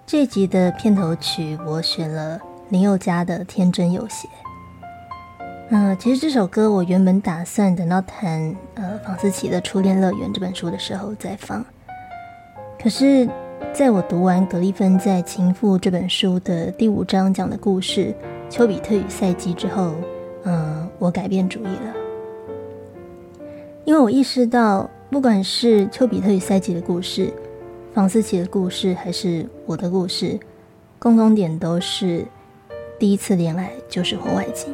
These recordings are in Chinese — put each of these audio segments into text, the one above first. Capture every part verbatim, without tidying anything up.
这一集的片头曲我选了林宥嘉的《天真有邪》。嗯、呃，其实这首歌我原本打算等到谈呃房思琪的《初恋乐园》这本书的时候再放，可是在我读完葛丽芬在《情妇》这本书的第五章讲的故事丘比特与赛姬之后，嗯，我改变主意了。因为我意识到，不管是丘比特与赛姬的故事、房思琪的故事，还是我的故事，共同点都是第一次恋爱就是婚外情。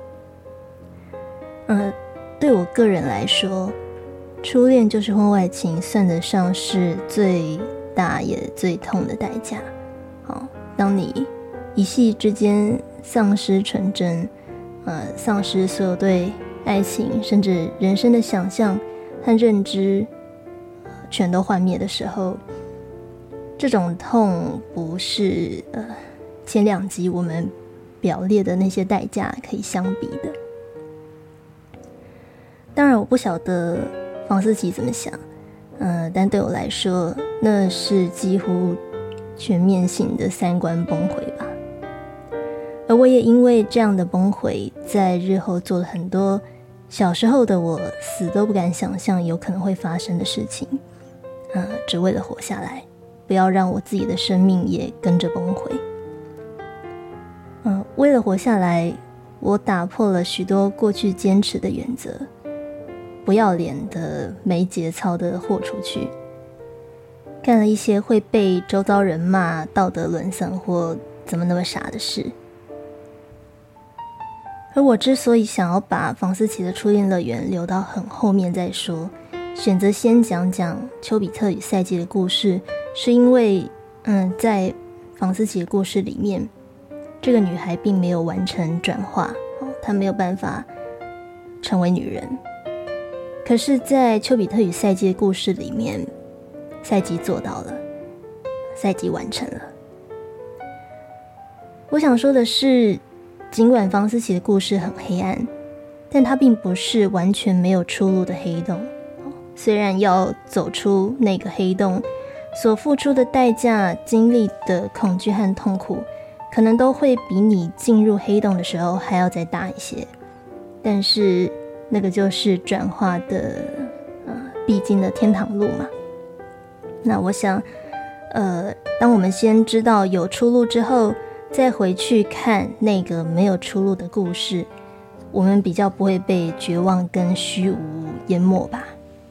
呃，对我个人来说，初恋就是婚外情，算得上是最大也最痛的代价。哦，当你一夕之间丧失纯真，呃，丧失所有对爱情甚至人生的想象和认知，呃、全都幻灭的时候，这种痛不是呃前两集我们表列的那些代价可以相比的。当然我不晓得房思琪怎么想，呃，但对我来说，那是几乎全面性的三观崩毁吧。而我也因为这样的崩毁，在日后做了很多小时候的我死都不敢想象有可能会发生的事情，呃，只为了活下来，不要让我自己的生命也跟着崩毁。呃，为了活下来，我打破了许多过去坚持的原则，不要脸的没节操的豁出去，干了一些会被周遭人骂道德沦丧或怎么那么傻的事。而我之所以想要把房思琪的初恋乐园留到很后面再说，选择先讲讲丘比特与赛姬的故事，是因为嗯，在房思琪的故事里面，这个女孩并没有完成转化，哦，她没有办法成为女人。可是在丘比特与赛姬的故事里面，赛姬做到了，赛姬完成了。我想说的是，尽管房思琪的故事很黑暗，但它并不是完全没有出路的黑洞。虽然要走出那个黑洞，所付出的代价、经历的恐惧和痛苦，可能都会比你进入黑洞的时候还要再大一些，但是那个就是转化的呃必经的天堂路嘛。那我想呃，当我们先知道有出路之后，再回去看那个没有出路的故事，我们比较不会被绝望跟虚无淹没吧。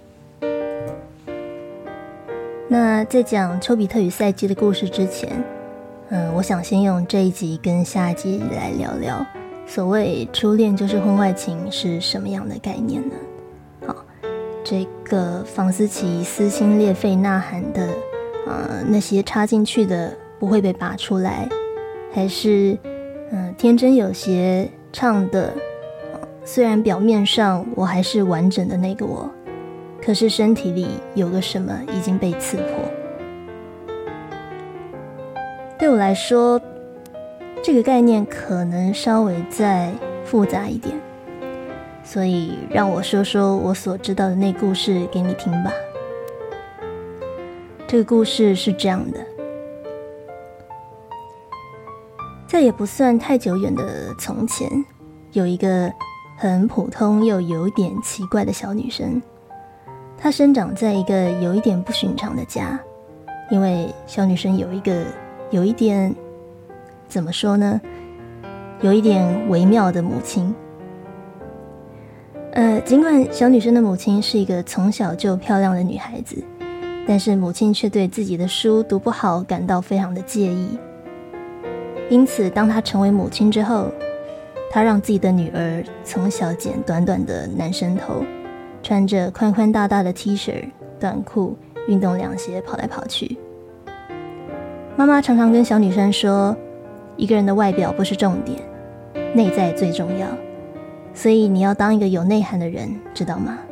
那在讲丘比特与赛姬的故事之前，嗯，我想先用这一集跟下一集来聊聊所谓初恋就是婚外情是什么样的概念呢？好，这个房思琪撕心裂肺呐喊的，呃，那些插进去的不会被拔出来，还是嗯、呃、天真有邪唱的，呃，虽然表面上我还是完整的那个我，可是身体里有个什么已经被刺破。对我来说，这个概念可能稍微再复杂一点，所以让我说说我所知道的那故事给你听吧。这个故事是这样的，在也不算太久远的从前，有一个很普通又有一点奇怪的小女生，她生长在一个有一点不寻常的家，因为小女生有一个有一点怎么说呢，有一点微妙的母亲。呃，尽管小女生的母亲是一个从小就漂亮的女孩子，但是母亲却对自己的书读不好感到非常的介意。因此当她成为母亲之后，她让自己的女儿从小剪短短的男生头，穿着宽宽大大的 T 恤、短裤、运动凉鞋跑来跑去。妈妈常常跟小女生说，一个人的外表不是重点，内在最重要，所以你要当一个有内涵的人，知道吗？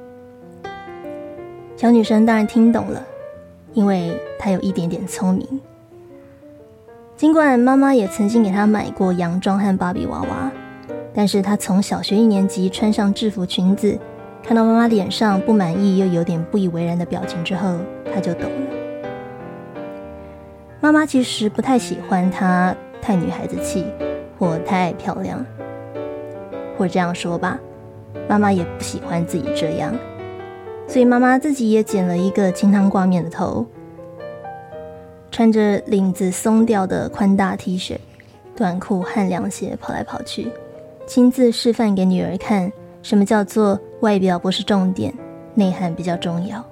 小女生当然听懂了，因为她有一点点聪明。尽管妈妈也曾经给她买过洋装和芭比娃娃，但是她从小学一年级穿上制服裙子，看到妈妈脸上不满意又有点不以为然的表情之后，她就懂了。 妈妈其实不太喜欢她太女孩子气或太漂亮，或这样说吧，妈妈也不喜欢自己这样，所以妈妈自己也剪了一个清汤挂面的头，穿着领子松掉的宽大 T 恤、短裤和凉鞋跑来跑去，亲自示范给女儿看什么叫做外表不是重点，内涵比较重要。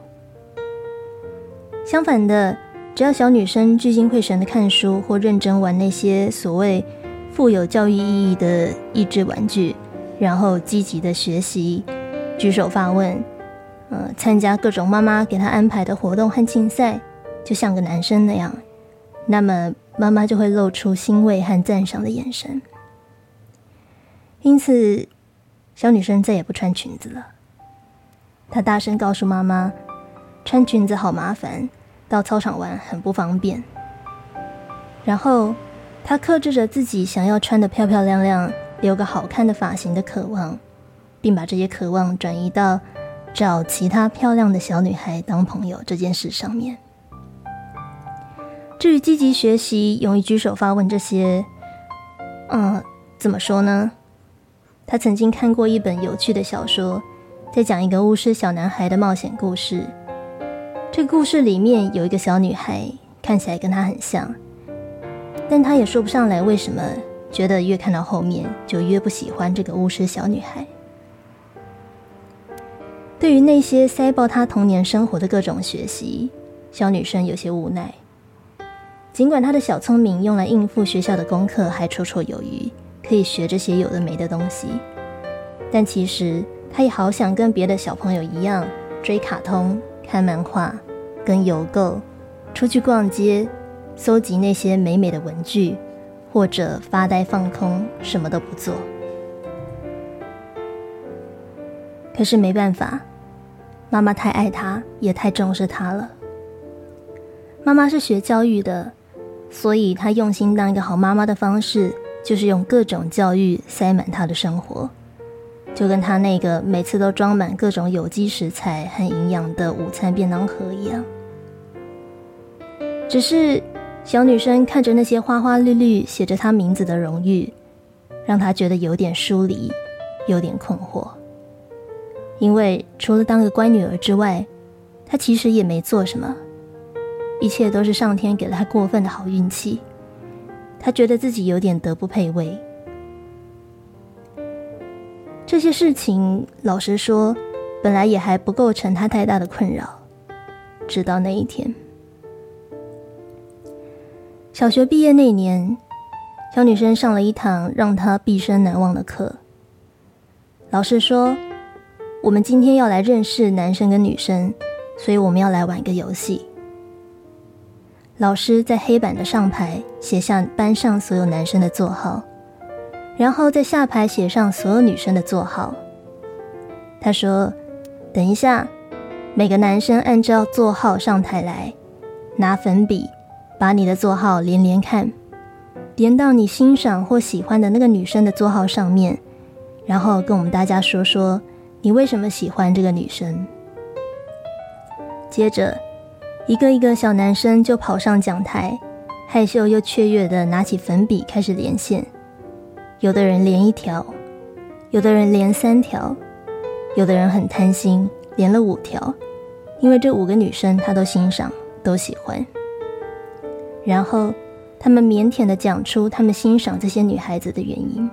相反的，只要小女生聚精会神的看书或认真玩那些所谓富有教育意义的益智玩具，然后积极的学习，举手发问，呃，参加各种妈妈给她安排的活动和竞赛，就像个男生那样，那么妈妈就会露出欣慰和赞赏的眼神。因此，小女生再也不穿裙子了。她大声告诉妈妈，穿裙子好麻烦，到操场玩很不方便。然后她克制着自己想要穿得漂漂亮亮，留个好看的发型的渴望，并把这些渴望转移到找其他漂亮的小女孩当朋友这件事上面。至于积极学习、勇于举手发问这些，嗯，怎么说呢？他曾经看过一本有趣的小说，在讲一个巫师小男孩的冒险故事。这个故事里面有一个小女孩，看起来跟他很像，但他也说不上来为什么，觉得越看到后面就越不喜欢这个巫师小女孩。对于那些塞爆她童年生活的各种学习，小女生有些无奈。尽管她的小聪明用来应付学校的功课还绰绰有余，可以学这些有的没的东西，但其实她也好想跟别的小朋友一样，追卡通、看漫画、跟邮购、出去逛街、搜集那些美美的文具，或者发呆放空，什么都不做。可是没办法，妈妈太爱她，也太重视她了。妈妈是学教育的，所以她用心当一个好妈妈的方式，就是用各种教育塞满她的生活，就跟她那个每次都装满各种有机食材和营养的午餐便当盒一样。只是小女生看着那些花花绿绿写着她名字的荣誉，让她觉得有点疏离，有点困惑。因为除了当个乖女儿之外，她其实也没做什么，一切都是上天给了她过分的好运气。她觉得自己有点德不配位。这些事情老实说，本来也还不构成她太大的困扰，直到那一天。小学毕业那年，小女生上了一堂让她毕生难忘的课。老师说，我们今天要来认识男生跟女生，所以我们要来玩一个游戏。老师在黑板的上排写下班上所有男生的座号，然后在下排写上所有女生的座号。他说，等一下，每个男生按照座号上台来，拿粉笔把你的座号连连看，连到你欣赏或喜欢的那个女生的座号上面，然后跟我们大家说说你为什么喜欢这个女生。接着一个一个小男生就跑上讲台，害羞又雀跃地拿起粉笔开始连线。有的人连一条，有的人连三条，有的人很贪心，连了五条，因为这五个女生他都欣赏，都喜欢。然后他们腼腆地讲出他们欣赏这些女孩子的原因。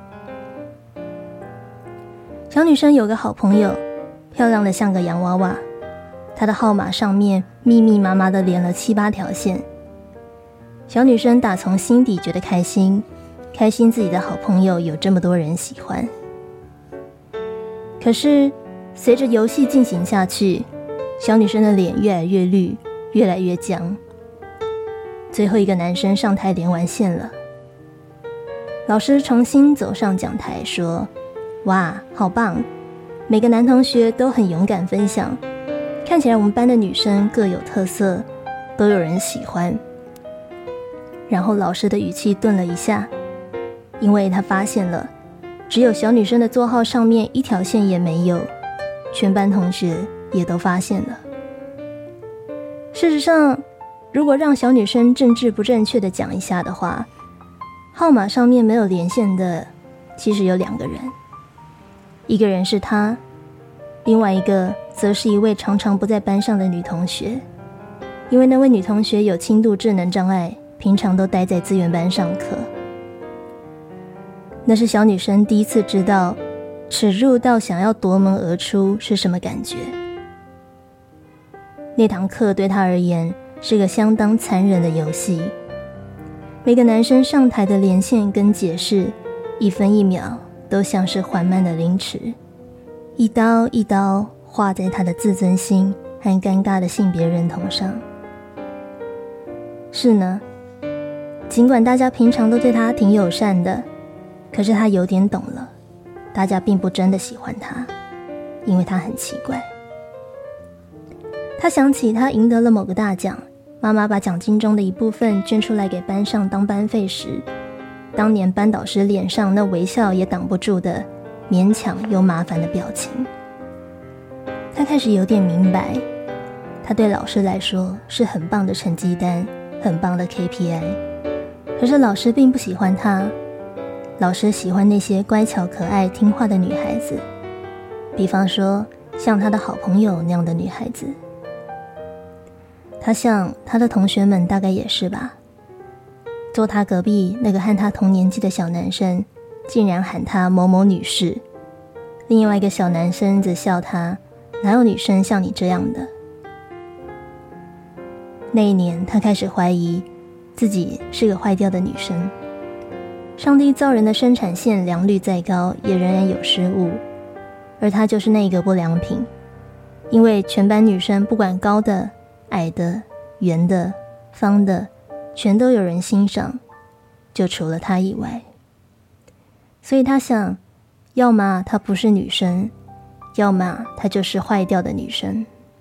小女生有个好朋友，漂亮的像个洋娃娃，她的号码上面密密麻麻地连了七八条线。小女生打从心底觉得开心，开心自己的好朋友有这么多人喜欢。可是随着游戏进行下去，小女生的脸越来越绿，越来越僵。最后一个男生上台连完线了，老师重新走上讲台说，哇，好棒，每个男同学都很勇敢分享，看起来我们班的女生各有特色，都有人喜欢。然后老师的语气顿了一下，因为他发现了只有小女生的座号上面一条线也没有，全班同学也都发现了。事实上， 如果让小女生政治不正确的讲一下的话，号码上面没有连线的其实有两个人，一个人是她，另外一个则是一位常常不在班上的女同学。因为那位女同学有轻度智能障碍，平常都待在资源班上课。那是小女生第一次知道耻辱到想要夺门而出是什么感觉。那堂课对她而言是个相当残忍的游戏，每个男生上台的连线跟解释，一分一秒都像是缓慢的凌迟，一刀一刀划在她的自尊心和尴尬的性别认同上。是呢，尽管大家平常都对她挺友善的，可是她有点懂了，大家并不真的喜欢她，因为她很奇怪。她想起她赢得了某个大奖，妈妈把奖金中的一部分捐出来给班上当班费时，当年班导师脸上那微笑也挡不住的勉强又麻烦的表情。她开始有点明白，她对老师来说是很棒的成绩单，很棒的 K P I， 可是老师并不喜欢她。老师喜欢那些乖巧可爱听话的女孩子，比方说像她的好朋友那样的女孩子。她想她的同学们大概也是吧，坐她隔壁那个和她同年纪的小男生竟然喊她某某女士，另外一个小男生则笑她，哪有女生像你这样的。那一年她开始怀疑自己是个坏掉的女生。上帝造人的生产线良率再高，也仍然有失误，而她就是那个不良品。因为全班女生不管高的、矮的、圆的、方的，全都有人欣赏，就除了她以外。所以她想，要么她不是女生，要么她就是坏掉的女生。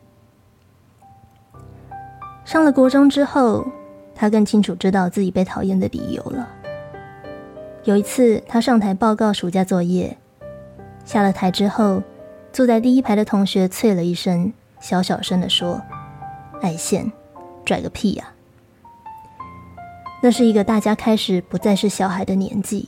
上了国中之后，她更清楚知道自己被讨厌的理由了。有一次他上台报告暑假作业，下了台之后，坐在第一排的同学啐了一声，小小声地说：爱现，拽个屁啊。那是一个大家开始不再是小孩的年纪。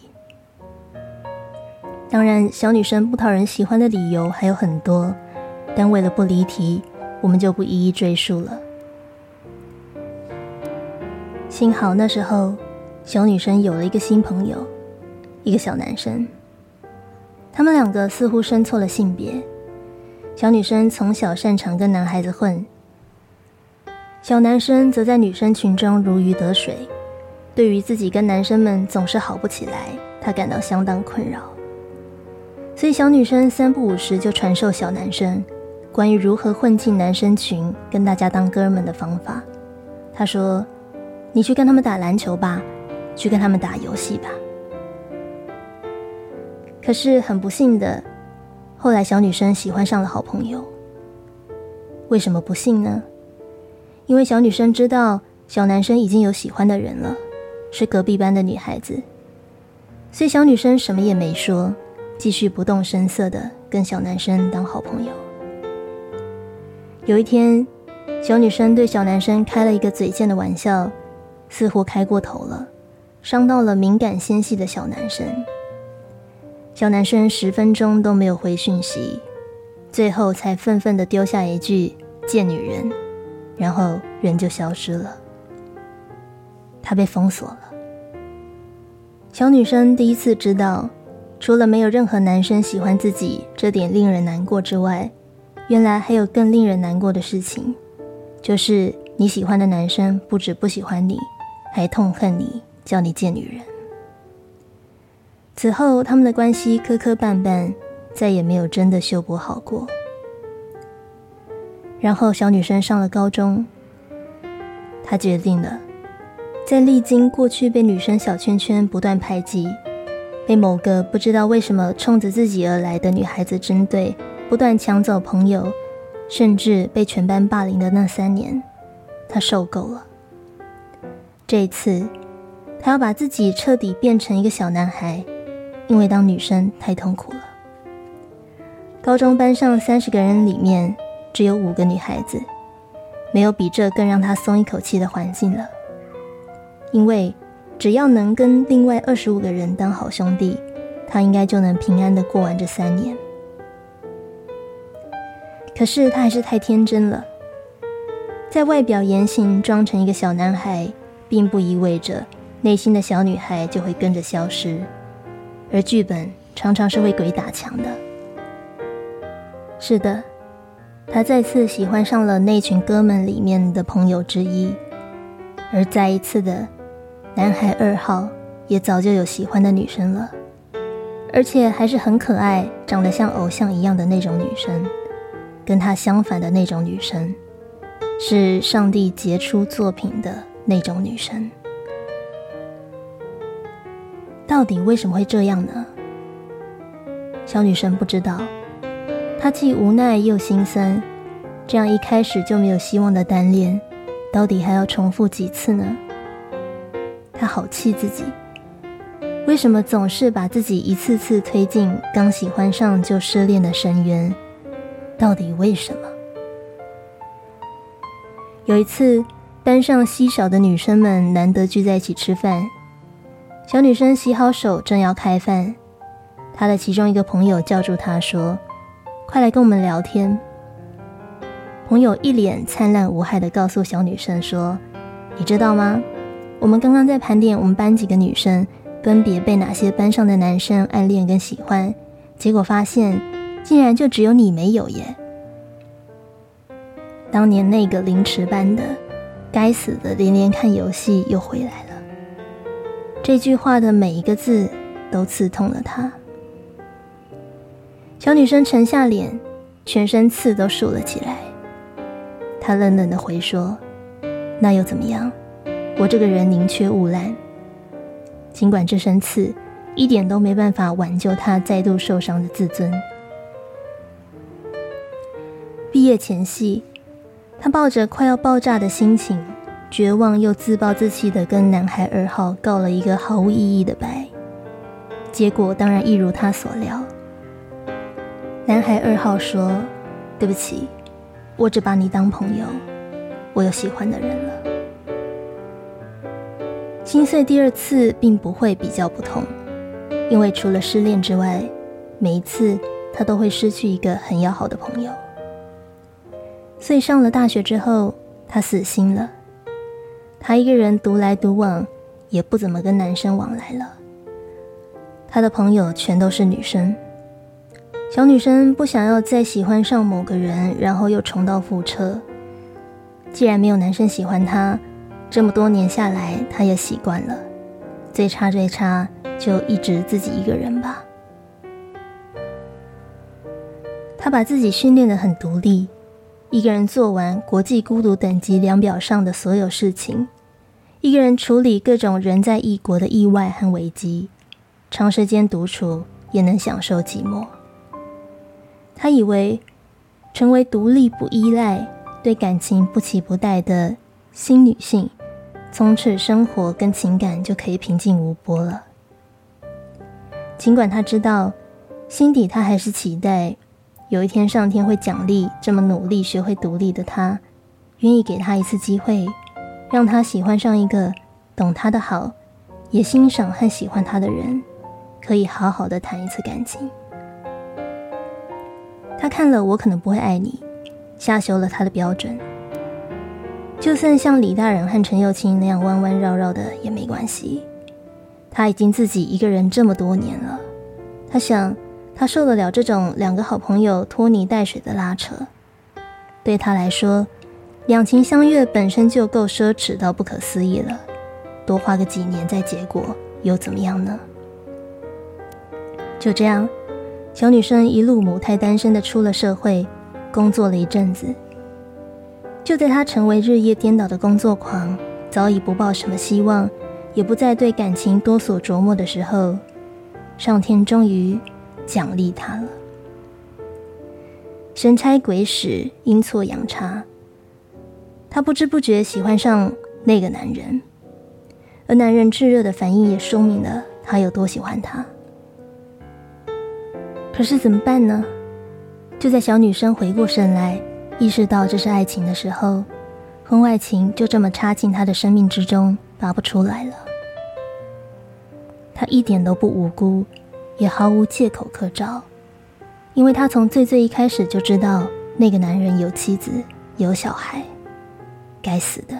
当然小女生不讨人喜欢的理由还有很多，但为了不离题，我们就不一一赘述了。幸好那时候小女生有了一个新朋友，一个小男生。他们两个似乎生错了性别，小女生从小擅长跟男孩子混，小男生则在女生群中如鱼得水，对于自己跟男生们总是好不起来，他感到相当困扰。所以小女生三不五时就传授小男生关于如何混进男生群跟大家当哥们的方法。她说，你去跟他们打篮球吧，去跟他们打游戏吧。可是很不幸的，后来小女生喜欢上了好朋友。为什么不幸呢？因为小女生知道小男生已经有喜欢的人了，是隔壁班的女孩子，所以小女生什么也没说，继续不动声色地跟小男生当好朋友。有一天，小女生对小男生开了一个嘴贱的玩笑，似乎开过头了，伤到了敏感纤细的小男生。小男生十分钟都没有回讯息，最后才愤愤地丢下一句贱女人，然后人就消失了。他被封锁了。小女生第一次知道，除了没有任何男生喜欢自己这点令人难过之外，原来还有更令人难过的事情，就是你喜欢的男生不止不喜欢你，还痛恨你，叫你贱女人。此后他们的关系磕磕绊绊，再也没有真的修补好过。然后小女生上了高中，她决定了，在历经过去被女生小圈圈不断排挤，被某个不知道为什么冲着自己而来的女孩子针对，不断抢走朋友，甚至被全班霸凌的那三年，她受够了。这一次她要把自己彻底变成一个小男孩，因为当女生太痛苦了。高中班上三十个人里面只有五个女孩子， 没有比这更让他松一口气的环境了。因为只要能跟另外二十五个人当好兄弟，他应该就能平安的过完这三年。可是他还是太天真了，在外表言行装成一个小男孩，并不意味着内心的小女孩就会跟着消失，而剧本常常是会鬼打墙的。是的，他再次喜欢上了那群哥们里面的朋友之一，而再一次的男孩二号也早就有喜欢的女生了，而且还是很可爱，长得像偶像一样的那种女生，跟他相反的那种女生，是上帝杰出作品的那种女生。到底为什么会这样呢？小女生不知道，她既无奈又心酸，这样一开始就没有希望的单恋，到底还要重复几次呢？她好气自己，为什么总是把自己一次次推进刚喜欢上就失恋的深渊？到底为什么？有一次，班上稀少的女生们难得聚在一起吃饭，小女生洗好手正要开饭，她的其中一个朋友叫住她说：“快来跟我们聊天。”朋友一脸灿烂无害地告诉小女生说：“你知道吗？我们刚刚在盘点我们班几个女生分别被哪些班上的男生暗恋跟喜欢，结果发现竟然就只有你没有耶。”当年那个凌迟般的该死的连连看游戏又回来了，这句话的每一个字都刺痛了她。小女生沉下脸，全身刺都竖了起来。她冷冷地回说：“那又怎么样？我这个人宁缺毋滥。”尽管这身刺一点都没办法挽救她再度受伤的自尊。毕业前夕，她抱着快要爆炸的心情，绝望又自暴自弃地跟男孩二号告了一个毫无意义的白。结果当然一如她所料，男孩二号说：“对不起，我只把你当朋友，我有喜欢的人了。”心碎第二次并不会比较不痛，因为除了失恋之外，每一次他都会失去一个很要好的朋友。所以上了大学之后，他死心了，他一个人独来独往，也不怎么跟男生往来了。他的朋友全都是女生。小女生不想要再喜欢上某个人，然后又重蹈覆辙。既然没有男生喜欢她，这么多年下来她也习惯了，最差最差就一直自己一个人吧。她把自己训练得很独立，一个人做完国际孤独等级量表上的所有事情，一个人处理各种人在异国的意外和危机，长时间独处也能享受寂寞。她以为成为独立不依赖、对感情不期不待的新女性，从此生活跟情感就可以平静无波了。尽管她知道，心底她还是期待有一天上天会奖励这么努力学会独立的她，愿意给她一次机会，让她喜欢上一个懂她的好，也欣赏和喜欢她的人，可以好好的谈一次感情。他看了《我可能不会爱你》，下修了他的标准。就算像李大人和陈幼卿那样弯弯绕绕的也没关系，他已经自己一个人这么多年了，他想他受得了这种两个好朋友拖泥带水的拉扯。对他来说，两情相悦本身就够奢侈到不可思议了，多花个几年再结果又怎么样呢？就这样，小女生一路母胎单身的出了社会，工作了一阵子。就在她成为日夜颠倒的工作狂，早已不抱什么希望，也不再对感情多所琢磨的时候，上天终于奖励她了。神差鬼使，阴错阳差，她不知不觉喜欢上那个男人，而男人炙热的反应也说明了他有多喜欢她。可是怎么办呢？就在小女生回过神来，意识到这是爱情的时候， 婚外情就这么插进他的生命之中，拔不出来了。他一点都不无辜，也毫无借口可找，因为他从最最一开始就知道那个男人有妻子有小孩，该死的。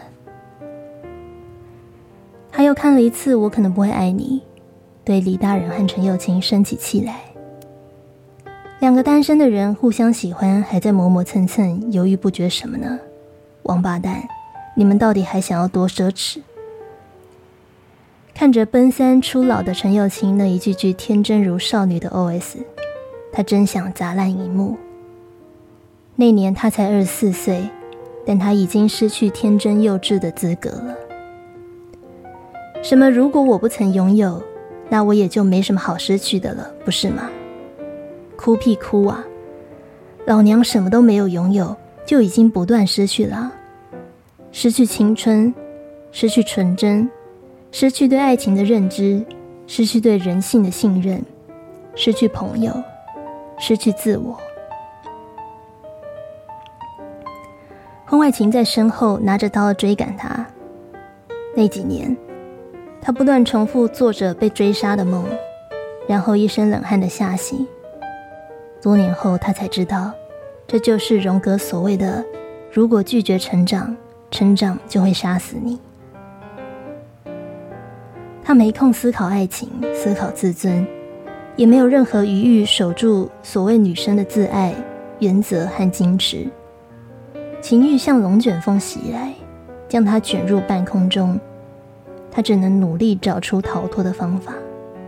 他又看了一次《我可能不会爱你》，对李大人和陈又青生起气来。两个单身的人互相喜欢，还在磨磨蹭蹭犹豫不决什么呢？王八蛋，你们到底还想要多奢侈？看着奔三初老的陈又青那一句句天真如少女的 O S， 他真想砸烂荧幕。那年他才二十四岁，但他已经失去天真幼稚的资格了。什么如果我不曾拥有，那我也就没什么好失去的了，不是吗？哭屁哭啊！老娘什么都没有拥有，就已经不断失去了。失去青春，失去纯真，失去对爱情的认知，失去对人性的信任，失去朋友，失去自我。婚外情在身后拿着刀追赶他。那几年，他不断重复做着被追杀的梦，然后一身冷汗的下醒。多年后他才知道，这就是荣格所谓的如果拒绝成长，成长就会杀死你。他没空思考爱情，思考自尊，也没有任何余裕守住所谓女生的自爱、原则和矜持。情欲像龙卷风袭来，将他卷入半空中，他只能努力找出逃脱的方法。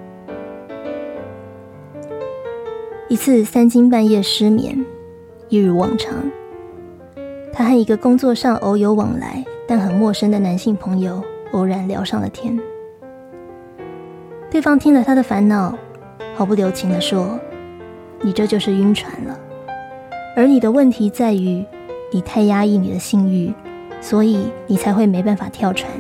一次三更半夜失眠，一如往常，他和一个工作上偶有往来但很陌生的男性朋友偶然聊上了天。对方听了他的烦恼，毫不留情地说：你这就是晕船了，而你的问题在于你太压抑你的性欲，所以你才会没办法跳船。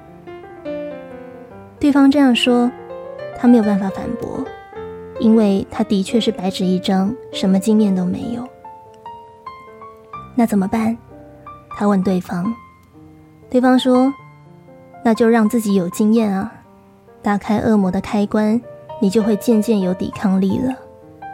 对方这样说，他没有办法反驳，因为他的确是白纸一张，什么经验都没有。那怎么办？他问对方。对方说：那就让自己有经验啊，打开恶魔的开关，你就会渐渐有抵抗力了。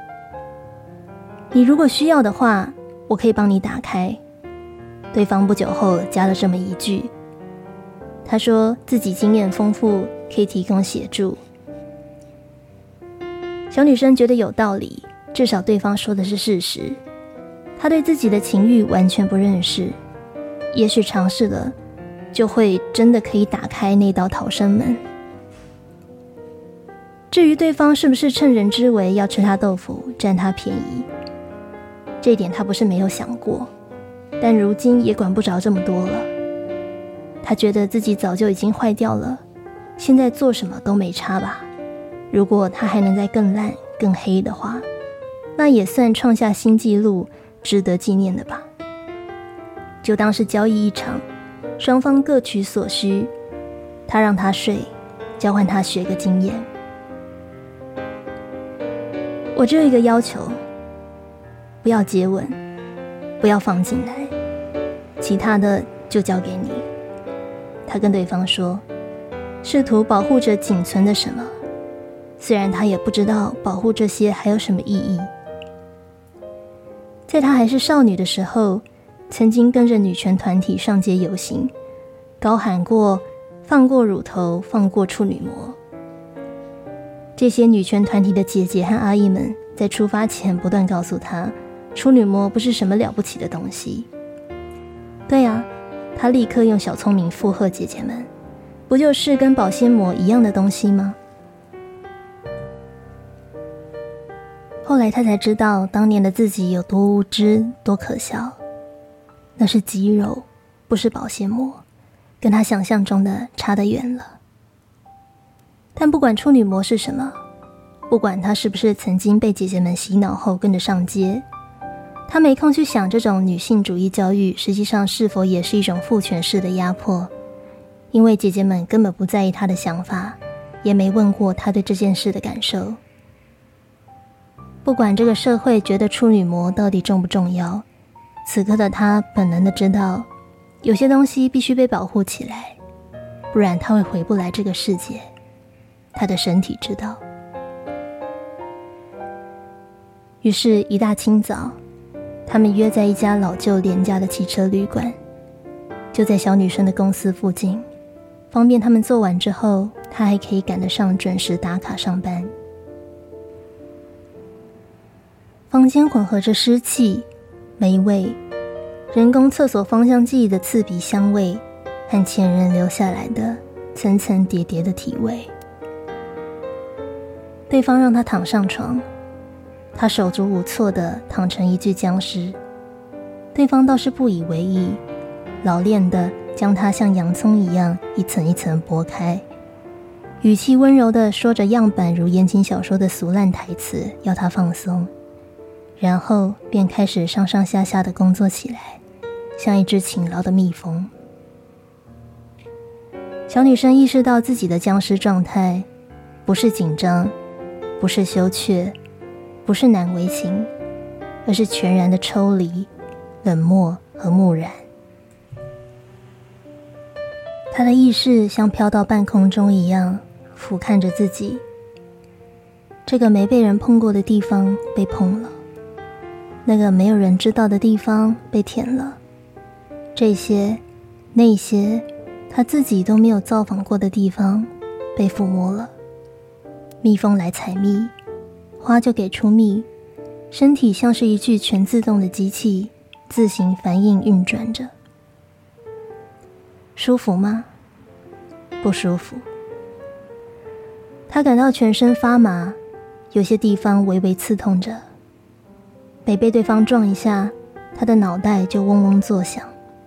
你如果需要的话，我可以帮你打开。对方不久后加了这么一句，他说自己经验丰富，可以提供协助。小女生觉得有道理，至少对方说的是事实。她对自己的情欲完全不认识，也许尝试了，就会真的可以打开那道逃生门。至于对方是不是趁人之危要吃她豆腐，占她便宜，这一点她不是没有想过，但如今也管不着这么多了。她觉得自己早就已经坏掉了，现在做什么都没差吧。如果她还能再更烂更黑的话，那也算创下新纪录，值得纪念的吧。就当是交易一场，双方各取所需，他让他睡，交换他学个经验。我只有一个要求，不要接吻，不要放进来，其他的就交给你。他跟对方说，试图保护着仅存的什么，虽然他也不知道保护这些还有什么意义。在她还是少女的时候，曾经跟着女权团体上街游行，高喊过放过乳头，放过处女膜。这些女权团体的姐姐和阿姨们在出发前不断告诉她，处女膜不是什么了不起的东西。对啊，她立刻用小聪明附和姐姐们，不就是跟保鲜膜一样的东西吗？后来他才知道当年的自己有多无知，多可笑。那是肌肉，不是保鲜膜，跟他想象中的差得远了。但不管处女膜是什么，不管他是不是曾经被姐姐们洗脑后跟着上街，他没空去想这种女性主义教育实际上是否也是一种父权式的压迫，因为姐姐们根本不在意他的想法，也没问过他对这件事的感受。不管这个社会觉得处女膜到底重不重要，此刻的他本能的知道， 有些东西必须被保护起来，不然他会回不来这个世界。他的身体知道。于是一大清早，他们约在一家老旧廉价的汽车旅馆，就在小女生的公司附近，方便他们做完之后，她还可以赶得上准时打卡上班。房间混合着湿气、霉味、人工厕所芳香剂的刺鼻香味和前人留下来的层层叠叠的体味。对方让他躺上床，他手足无措地躺成一具僵尸，对方倒是不以为意，老练地将他像洋葱一样一层一层剥开，语气温柔地说着样板如言情小说的俗烂台词，要他放松，然后便开始上上下下地工作起来，像一只勤劳的蜜蜂。小女生意识到自己的僵尸状态，不是紧张，不是羞怯，不是难为情，而是全然的抽离、冷漠和木然。她的意识像飘到半空中一样，俯瞰着自己。这个没被人碰过的地方被碰了，那个没有人知道的地方被舔了，这些、那些她自己都没有造访过的地方被抚摸了。蜜蜂来采蜜，花就给出蜜，身体像是一具全自动的机器，自行反应运转着。舒服吗？不舒服。他感到全身发麻，有些地方微微刺痛着。每被对方撞一下，他的脑袋就嗡嗡作响。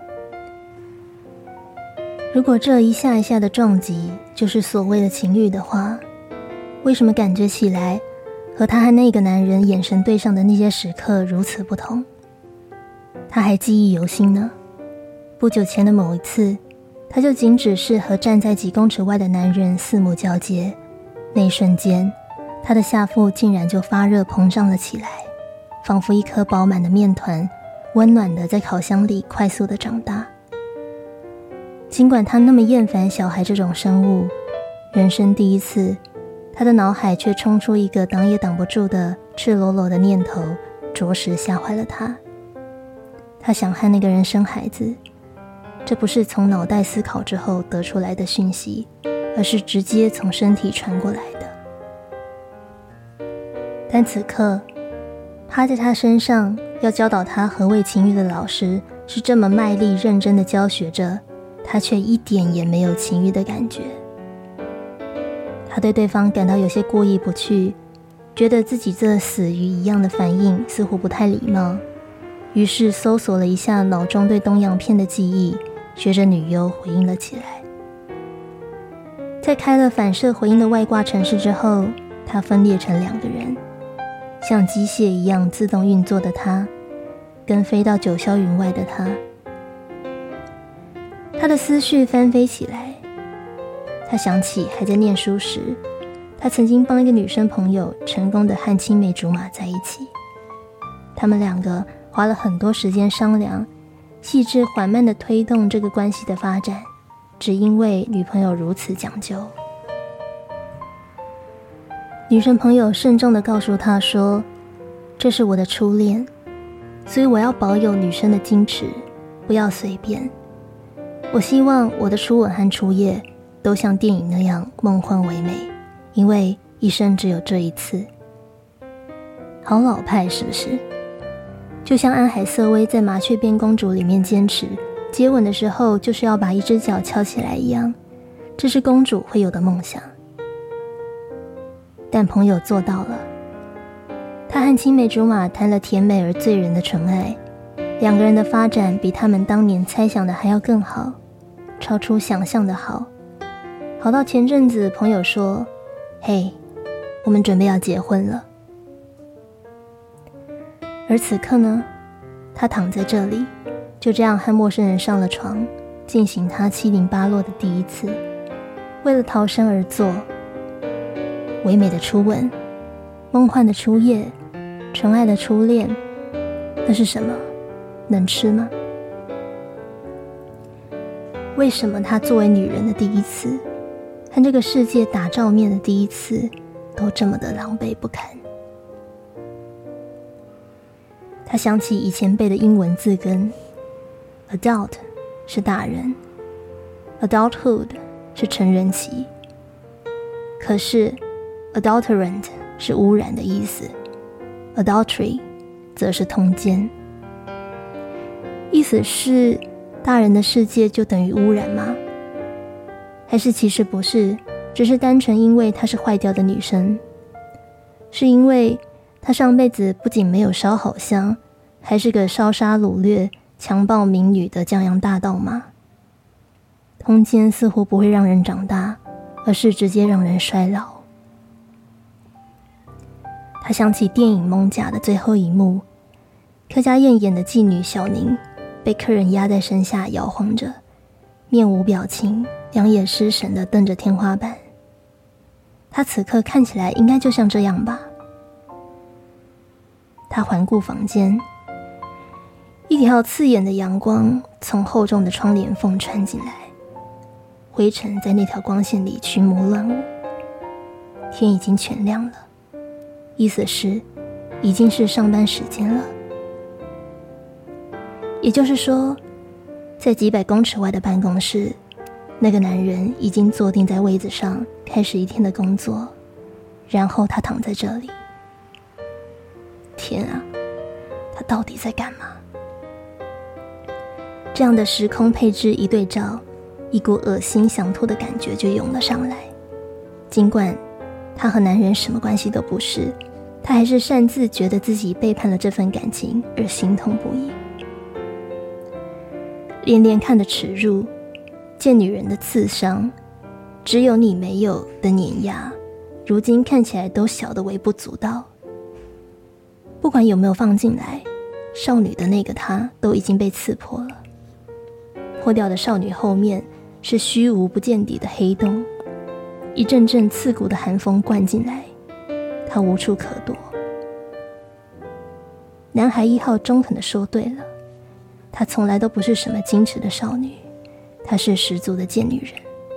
如果这一下一下的撞击就是所谓的情欲的话，为什么感觉起来和他和那个男人眼神对上的那些时刻如此不同？他还记忆犹新呢。不久前的某一次，他就仅只是和站在几公尺外的男人四目交接，那一瞬间，他的下腹竟然就发热膨胀了起来，仿佛一颗饱满的面团，温暖的在烤箱里快速的长大。尽管他那么厌烦小孩这种生物，人生第一次，他的脑海却冲出一个挡也挡不住的赤裸裸的念头，着实吓坏了他。他想和那个人生孩子，这不是从脑袋思考之后得出来的讯息，而是直接从身体传过来的。但此刻趴在他身上要教导他何谓情欲的老师是这么卖力认真的教学着，他却一点也没有情欲的感觉。他对对方感到有些过意不去，觉得自己这死鱼一样的反应似乎不太礼貌，于是搜索了一下脑中对东洋片的记忆，学着女优回应了起来。在开了反射回应的外挂程式之后，他分裂成两个人，像机械一样自动运作的他，跟飞到九霄云外的他。他的思绪翻飞起来，他想起还在念书时，他曾经帮一个女生朋友成功的和青梅竹马在一起。他们两个花了很多时间商量，细致缓慢地推动这个关系的发展，只因为女朋友如此讲究。女生朋友慎重地告诉他说，这是我的初恋，所以我要保有女生的矜持，不要随便。我希望我的初吻和初夜都像电影那样梦幻唯美，因为一生只有这一次。好老派是不是？就像安海瑟薇在《麻雀变公主》里面坚持接吻的时候就是要把一只脚翘起来一样，这是公主会有的梦想。但朋友做到了，他和青梅竹马谈了甜美而醉人的纯爱，两个人的发展比他们当年猜想的还要更好，超出想象的好，好到前阵子朋友说，嘿，我们准备要结婚了。而此刻呢，他躺在这里，就这样和陌生人上了床，进行他七零八落的第一次，为了逃生而做。唯美的初吻，梦幻的初夜，纯爱的初恋，那是什么？能吃吗？ 为什么她作为女人的第一次，和这个世界打照面的第一次，都这么的狼狈不堪。她想起以前背的英文字根 ，adult 是大人 ，adulthood 是成人期，可是 adulterant 是污染的意思 ，adultery 则是通奸。意思是大人的世界就等于污染吗？还是其实不是，只是单纯因为她是坏掉的女生，是因为她上辈子不仅没有烧好香，还是个烧杀掳掠、强暴民女的江洋大盗吗？通奸似乎不会让人长大，而是直接让人衰老。她想起电影《蒙甲》的最后一幕，柯佳燕演的妓女小宁被客人压在身下摇晃着，面无表情，两眼失神地瞪着天花板。她此刻看起来应该就像这样吧。她环顾房间，一条刺眼的阳光从厚重的窗帘缝穿进来，灰尘在那条光线里群魔乱舞。天已经全亮了，意思是已经是上班时间了。也就是说，在几百公尺外的办公室，那个男人已经坐定在位子上，开始一天的工作，然后他躺在这里。天啊，他到底在干嘛？这样的时空配置一对照，一股恶心想吐的感觉就涌了上来。尽管他和男人什么关系都不是，他还是擅自觉得自己背叛了这份感情而心痛不已。连连看的耻辱，见女人的刺伤，只有你没有的碾压，如今看起来都小得微不足道。不管有没有放进来，少女的那个她都已经被刺破了。破掉的少女后面是虚无不见底的黑洞，一阵阵刺骨的寒风灌进来，她无处可躲。男孩一号中肯地说对了，她从来都不是什么矜持的少女，她是十足的贱女人。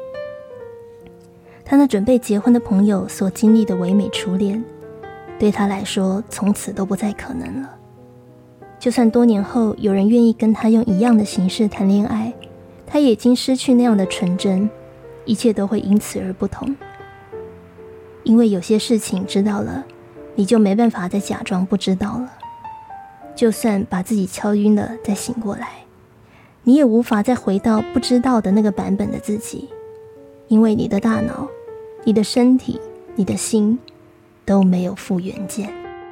她那准备结婚的朋友所经历的唯美初恋，对她来说从此都不再可能了。就算多年后有人愿意跟她用一样的形式谈恋爱，她也已经失去那样的纯真，一切都会因此而不同。因为有些事情知道了，你就没办法再假装不知道了。就算把自己敲晕了再醒过来，你也无法再回到不知道的那个版本的自己，因为你的大脑、你的身体、你的心都没有复原键。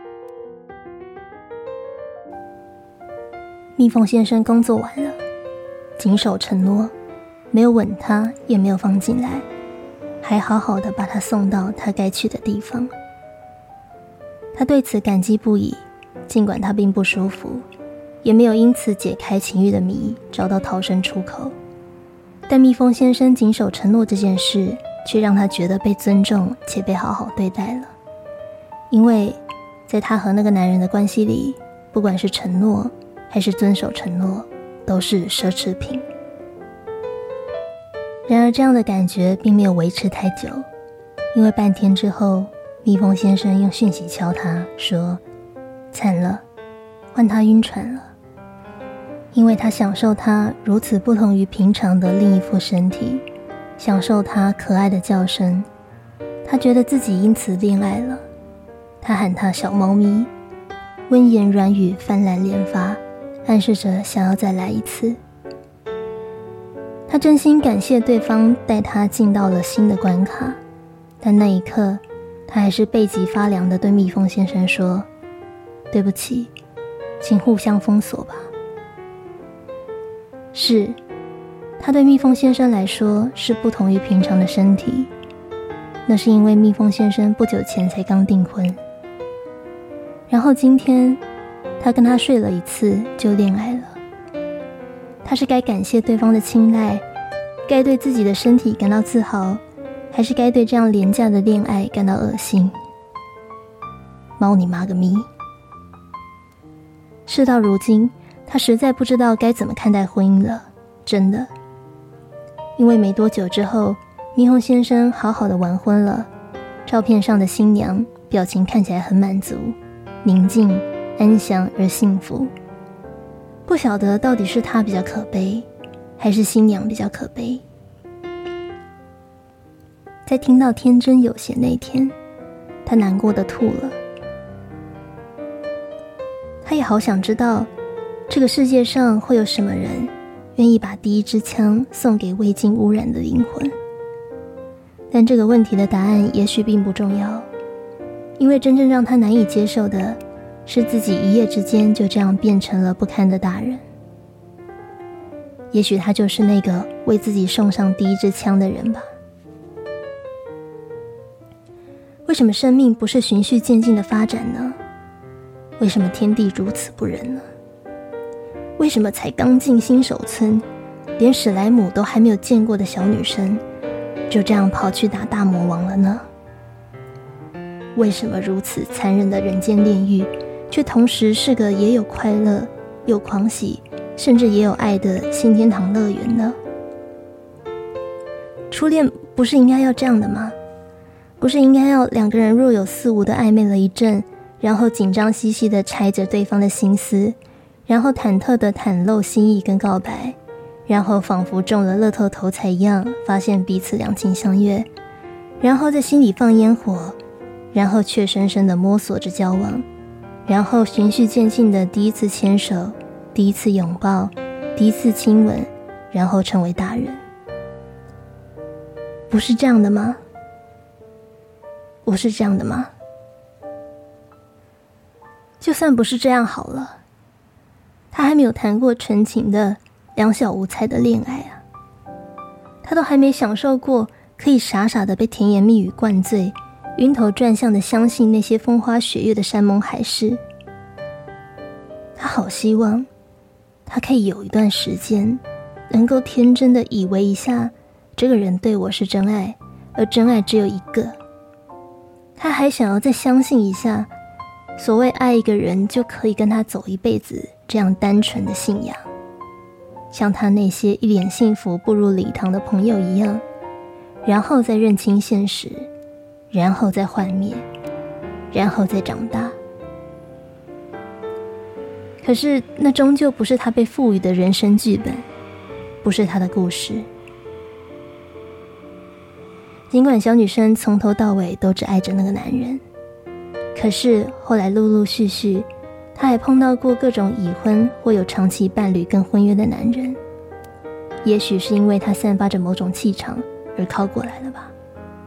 蜜蜂先生工作完了，谨守承诺，没有吻他，也没有放进来，还好好的把他送到他该去的地方。他对此感激不已，尽管他并不舒服，也没有因此解开情欲的谜，找到逃生出口。但蜜蜂先生谨守承诺这件事，却让他觉得被尊重且被好好对待了。因为在他和那个男人的关系里，不管是承诺还是遵守承诺，都是奢侈品。然而这样的感觉并没有维持太久，因为半天之后，蜜蜂先生用讯息敲他说，惨了，换他晕船了。因为他享受他如此不同于平常的另一副身体，享受他可爱的叫声，他觉得自己因此恋爱了。他喊他小猫咪，温言软语泛滥连发，暗示着想要再来一次。他真心感谢对方带他进到了新的关卡，但那一刻他还是背脊发凉地对蜜蜂先生说，对不起，请互相封锁吧。是，他对蜜蜂先生来说是不同于平常的身体，那是因为蜜蜂先生不久前才刚订婚，然后今天他跟他睡了一次就恋爱了。他是该感谢对方的青睐，该对自己的身体感到自豪，还是该对这样廉价的恋爱感到恶心？猫你妈个咪！事到如今，他实在不知道该怎么看待婚姻了，真的。 因为没多久之后，霓虹先生好好的完婚了，照片上的新娘表情看起来很满足、宁静、安详而幸福。不晓得到底是他比较可悲，还是新娘比较可悲。在听到天真有邪那天，他难过的吐了。他也好想知道，这个世界上会有什么人愿意把第一支枪送给未经污染的灵魂。但这个问题的答案也许并不重要，因为真正让他难以接受的是自己一夜之间就这样变成了不堪的大人。也许他就是那个为自己送上第一支枪的人吧。为什么生命不是循序渐进的发展呢？为什么天地如此不仁呢？为什么才刚进新手村，连史莱姆都还没有见过的小女生就这样跑去打大魔王了呢？为什么如此残忍的人间炼狱，却同时是个也有快乐、有狂喜，甚至也有爱的新天堂乐园呢？初恋不是应该要这样的吗？不是应该要两个人若有似无的暧昧了一阵，然后紧张兮兮的揣着对方的心思，然后忐忑的袒露心意跟告白，然后仿佛中了乐透头彩一样，发现彼此两情相悦，然后在心里放烟火，然后却深深的摸索着交往，然后循序渐进的第一次牵手，第一次拥抱，第一次亲吻，然后成为大人。不是这样的吗？不是这样的吗？就算不是这样好了，他还没有谈过纯情的两小无猜的恋爱啊，他都还没享受过可以傻傻的被甜言蜜语灌醉，晕头转向的相信那些风花雪月的山盟海誓。他好希望他可以有一段时间能够天真的以为一下这个人对我是真爱，而真爱只有一个。他还想要再相信一下所谓爱一个人就可以跟他走一辈子这样单纯的信仰，像他那些一脸幸福步入礼堂的朋友一样，然后再认清现实，然后再幻灭，然后再长大。可是那终究不是他被赋予的人生剧本，不是他的故事。尽管小女生从头到尾都只爱着那个男人，可是后来陆陆续续她还碰到过各种已婚或有长期伴侣跟婚约的男人，也许是因为她散发着某种气场而靠过来了吧。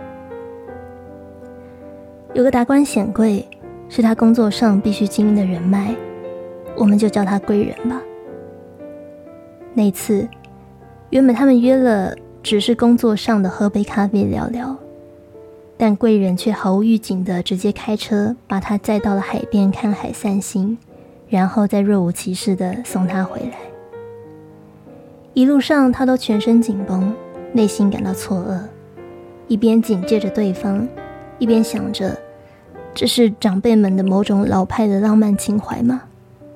有个达官显贵是她工作上必须经营的人脉，我们就叫他贵人吧。那次原本他们约了只是工作上的喝杯咖啡聊聊，但贵人却毫无预警的直接开车把他载到了海边看海散心，然后再若无其事的送他回来。一路上他都全身紧绷，内心感到错愕，一边警戒着对方，一边想着这是长辈们的某种老派的浪漫情怀吗？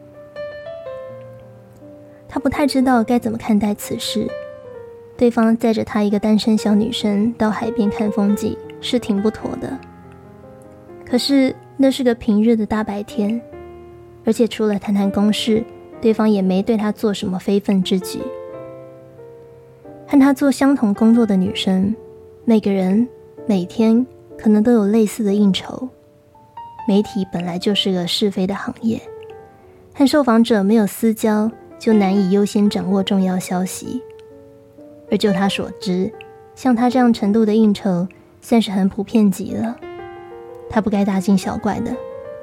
他不太知道该怎么看待此事。对方载着他一个单身小女生到海边看风景是挺不妥的，可是那是个平日的大白天，而且除了谈谈公事，对方也没对他做什么非分之举。和他做相同工作的女生，每个人每天可能都有类似的应酬。媒体本来就是个是非的行业，和受访者没有私交，就难以优先掌握重要消息。而就他所知，像他这样程度的应酬算是很普遍极了，他不该大惊小怪的。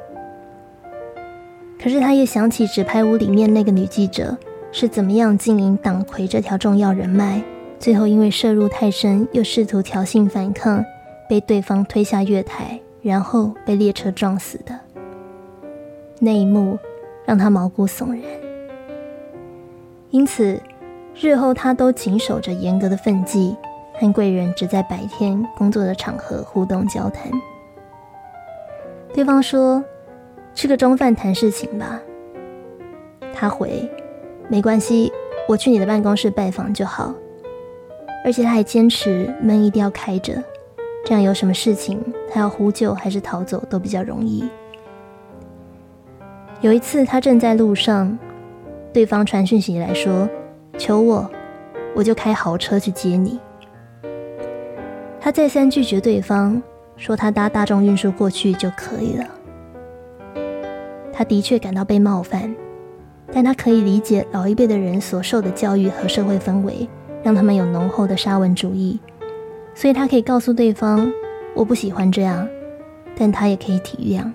可是他也想起纸牌屋里面那个女记者是怎么样经营党魁这条重要人脉，最后因为涉入太深又试图挑衅反抗，被对方推下月台，然后被列车撞死的。那一幕让他毛骨悚然。因此日后他都谨守着严格的分际，和贵人只在白天工作的场合互动交谈。对方说吃个中饭谈事情吧，他回没关系，我去你的办公室拜访就好。 而且他还坚持门一定要开着，这样有什么事情他要呼救还是逃走都比较容易。有一次他正在路上，对方传讯息来说求我，我就开豪车去接你。他再三拒绝对方，说他搭大众运输过去就可以了。他的确感到被冒犯，但他可以理解老一辈的人所受的教育和社会氛围，让他们有浓厚的沙文主义，所以他可以告诉对方我不喜欢这样，但他也可以体谅。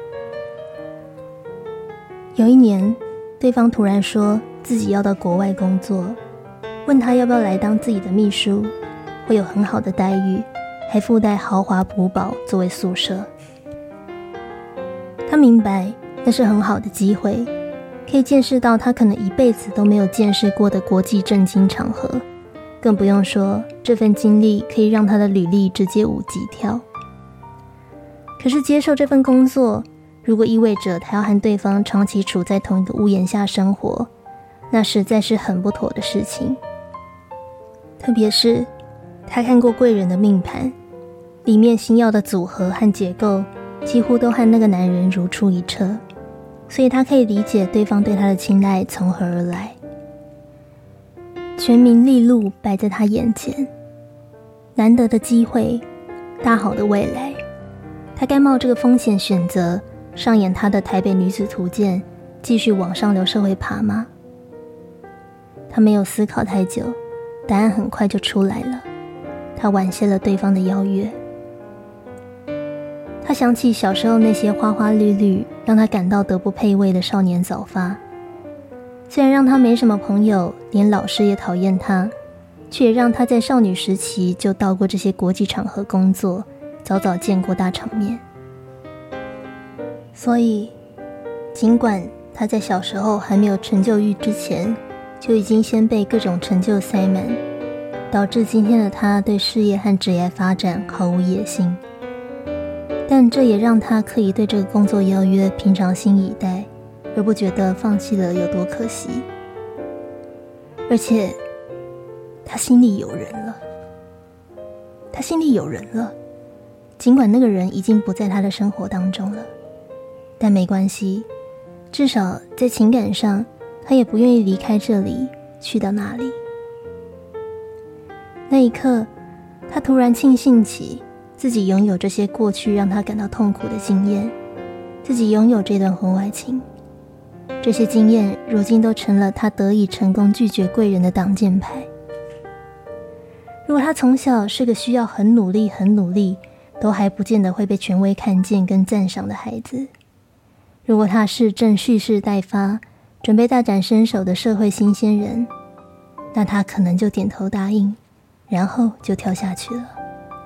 有一年，对方突然说自己要到国外工作，问他要不要来当自己的秘书，会有很好的待遇，还附带豪华古堡作为宿舍。他明白那是很好的机会，可以见识到他可能一辈子都没有见识过的国际政经场合，更不用说这份经历可以让他的履历直接五级跳。可是接受这份工作，如果意味着他要和对方长期处在同一个屋檐下生活，那实在是很不妥的事情。特别是他看过贵人的命盘，里面星曜的组合和结构几乎都和那个男人如出一辙，所以他可以理解对方对他的青睐从何而来。全名利禄摆在他眼前，难得的机会，大好的未来，他该冒这个风险选择上演他的台北女子图鉴，继续往上流社会爬吗？他没有思考太久，答案很快就出来了。他婉谢了对方的邀约。他想起小时候那些花花绿绿，让他感到德不配位的少年早发。虽然让他没什么朋友，连老师也讨厌他，却也让他在少女时期就到过这些国际场合工作，早早见过大场面。所以尽管他在小时候还没有成就欲之前，就已经先被各种成就塞满，导致今天的他对事业和职业发展毫无野心，但这也让他可以对这个工作邀约平常心以待，而不觉得放弃了有多可惜。而且他心里有人了，他心里有人了，尽管那个人已经不在他的生活当中了，但没关系，至少在情感上他也不愿意离开这里，去到哪里。那一刻，他突然庆幸起自己拥有这些过去让他感到痛苦的经验，自己拥有这段婚外情，这些经验如今都成了他得以成功拒绝贵人的挡箭牌。如果他从小是个需要很努力很努力都还不见得会被权威看见跟赞赏的孩子，如果他是正蓄势待发准备大展身手的社会新鲜人，那他可能就点头答应，然后就跳下去了。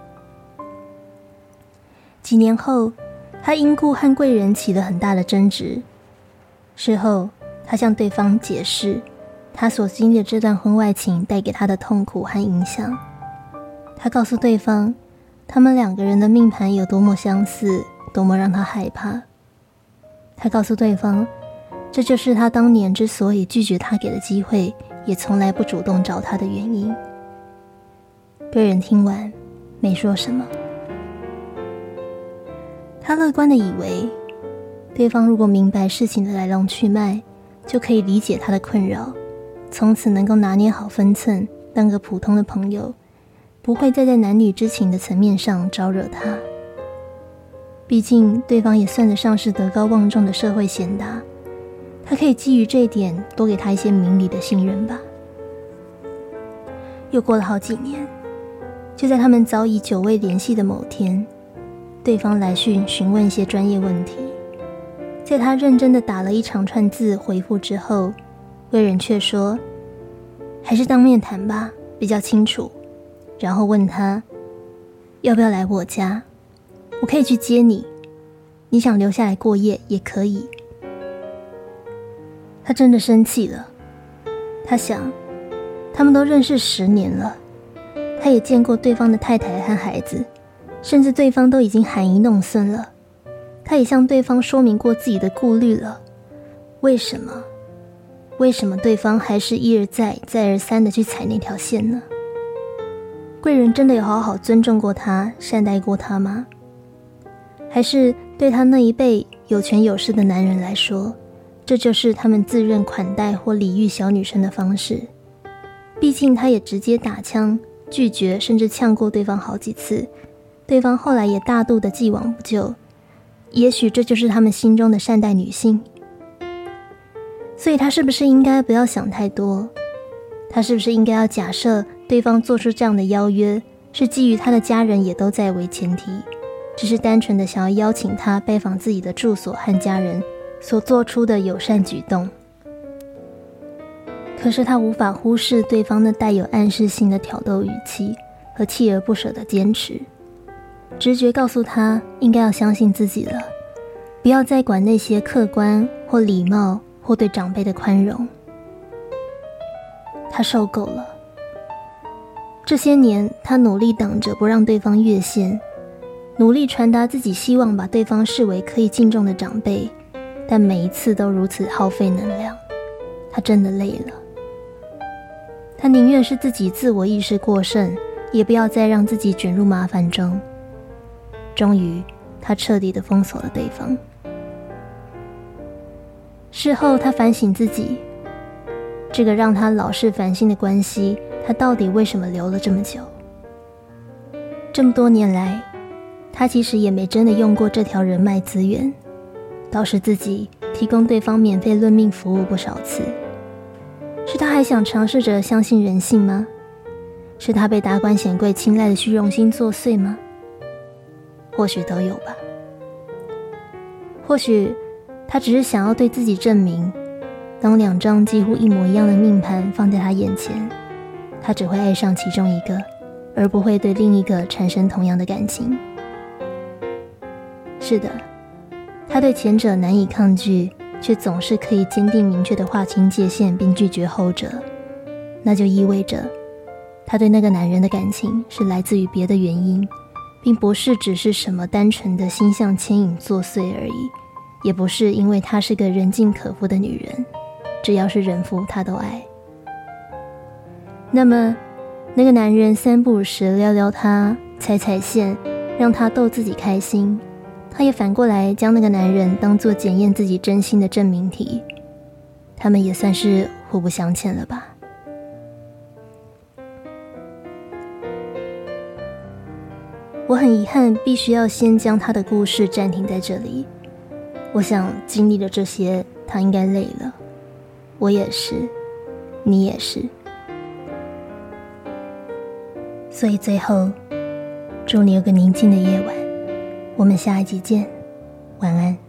几年后，他因故和贵人起了很大的争执。事后，他向对方解释他所经历的这段婚外情带给他的痛苦和影响。他告诉对方，他们两个人的命盘有多么相似，多么让他害怕。他告诉对方，这就是他当年之所以拒绝他给的机会，也从来不主动找他的原因。贵人听完，没说什么。他乐观地以为，对方如果明白事情的来龙去脉，就可以理解他的困扰，从此能够拿捏好分寸，当个普通的朋友，不会再在男女之情的层面上招惹他。毕竟对方也算得上是德高望重的社会贤达，他可以基于这一点多给他一些明理的信任吧。又过了好几年，就在他们早已久未联系的某天，对方来讯询问一些专业问题。在他认真地打了一长串字回复之后，贵人却说，还是当面谈吧，比较清楚。然后问他要不要来我家，我可以去接你，你想留下来过夜也可以。他真的生气了，他想他们都认识十年了，他也见过对方的太太和孩子，甚至对方都已经含饴弄孙了，他也向对方说明过自己的顾虑了。为什么为什么对方还是一而再再而三的去踩那条线呢？ 贵人真的有好好尊重过他，善待过他吗？还是对他那一辈有权有势的男人来说，这就是他们自认款待或礼遇小女生的方式？毕竟他也直接打枪拒绝，甚至呛过对方好几次，对方后来也大度的既往不咎。也许这就是他们心中的善待女性。所以他是不是应该不要想太多？他是不是应该要假设对方做出这样的邀约，是基于他的家人也都在为前提，只是单纯的想要邀请他拜访自己的住所和家人所做出的友善举动？可是他无法忽视对方那带有暗示性的挑逗语气和锲而不舍的坚持。直觉告诉他应该要相信自己了，不要再管那些客观或礼貌或对长辈的宽容。他受够了。这些年他努力挡着不让对方越线，努力传达自己希望把对方视为可以敬重的长辈，但每一次都如此耗费能量，他真的累了。他宁愿是自己自我意识过剩，也不要再让自己卷入麻烦中。终于他彻底地封锁了对方。事后他反省自己，这个让他老是烦心的关系，他到底为什么留了这么久？这么多年来，他其实也没真的用过这条人脉资源，倒是自己提供对方免费论命服务不少次。是他还想尝试着相信人性吗？是他被达官显贵青睐的虚荣心作祟吗？或许都有吧。或许他只是想要对自己证明，当两张几乎一模一样的命盘放在他眼前，他只会爱上其中一个，而不会对另一个产生同样的感情。是的，他对前者难以抗拒，却总是可以坚定明确地划清界限并拒绝后者，那就意味着他对那个男人的感情是来自于别的原因，并不是只是什么单纯的心象牵引作祟而已，也不是因为她是个人尽可夫的女人，只要是人夫他都爱。那么那个男人三不五时撩撩她，踩踩线，让她逗自己开心，他也反过来将那个男人当作检验自己真心的证明题，他们也算是互不相欠了吧。我很遗憾必须要先将他的故事暂停在这里，我想经历了这些，他应该累了，我也是，你也是。所以最后，祝你有个宁静的夜晚，我们下一集见，晚安。